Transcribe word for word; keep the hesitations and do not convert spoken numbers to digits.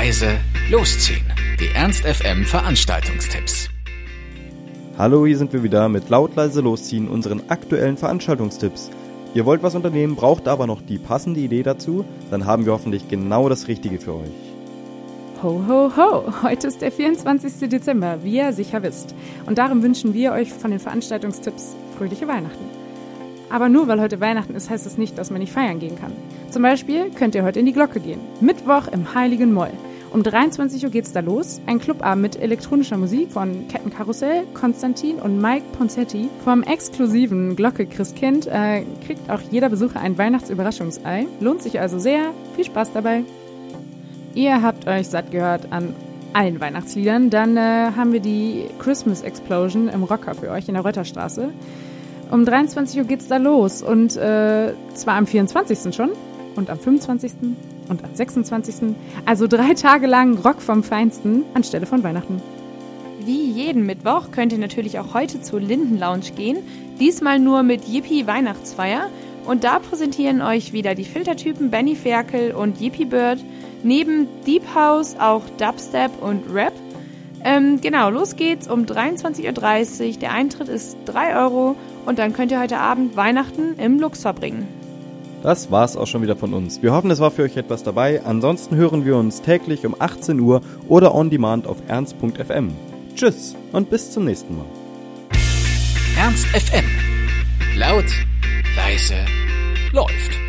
leise, losziehen. Die Ernst F M Veranstaltungstipps. Hallo, hier sind wir wieder mit laut, leise, losziehen, unseren aktuellen Veranstaltungstipps. Ihr wollt was unternehmen, braucht aber noch die passende Idee dazu, dann haben wir hoffentlich genau das Richtige für euch. Ho, ho, ho! Heute ist der vierundzwanzigster Dezember, wie ihr sicher wisst. Und darum wünschen wir euch von den Veranstaltungstipps fröhliche Weihnachten. Aber nur weil heute Weihnachten ist, heißt es nicht, dass man nicht feiern gehen kann. Zum Beispiel könnt ihr heute in die Glocke gehen. Mittwoch im Heiligen Moll. Um dreiundzwanzig Uhr geht's da los. Ein Clubabend mit elektronischer Musik von Kettenkarussell, Konstantin und Mike Ponsetti. Vom exklusiven Glocke Christkind äh, kriegt auch jeder Besucher ein Weihnachtsüberraschungsei. Lohnt sich also sehr. Viel Spaß dabei. Ihr habt euch satt gehört an allen Weihnachtsliedern. Dann äh, haben wir die Christmas Explosion im Rocker für euch in der Rötterstraße. Um dreiundzwanzig Uhr geht's da los und äh, zwar am vierundzwanzigsten schon und am fünfundzwanzigsten und am sechsundzwanzigsten Also drei Tage lang Rock vom Feinsten anstelle von Weihnachten. Wie jeden Mittwoch könnt ihr natürlich auch heute zur Linden Lounge gehen. Diesmal nur mit Yippie Weihnachtsfeier. Und da präsentieren euch wieder die Filtertypen Benny Ferkel und Yippie Bird. Neben Deep House auch Dubstep und Rap. Ähm, genau, los geht's um dreiundzwanzig Uhr dreißig. Der Eintritt ist drei Euro und dann könnt ihr heute Abend Weihnachten im Lux verbringen. Das war's auch schon wieder von uns. Wir hoffen, es war für euch etwas dabei. Ansonsten hören wir uns täglich um achtzehn Uhr oder on demand auf ernst punkt f m. Tschüss und bis zum nächsten Mal. Ernst F M. Laut, leise, läuft.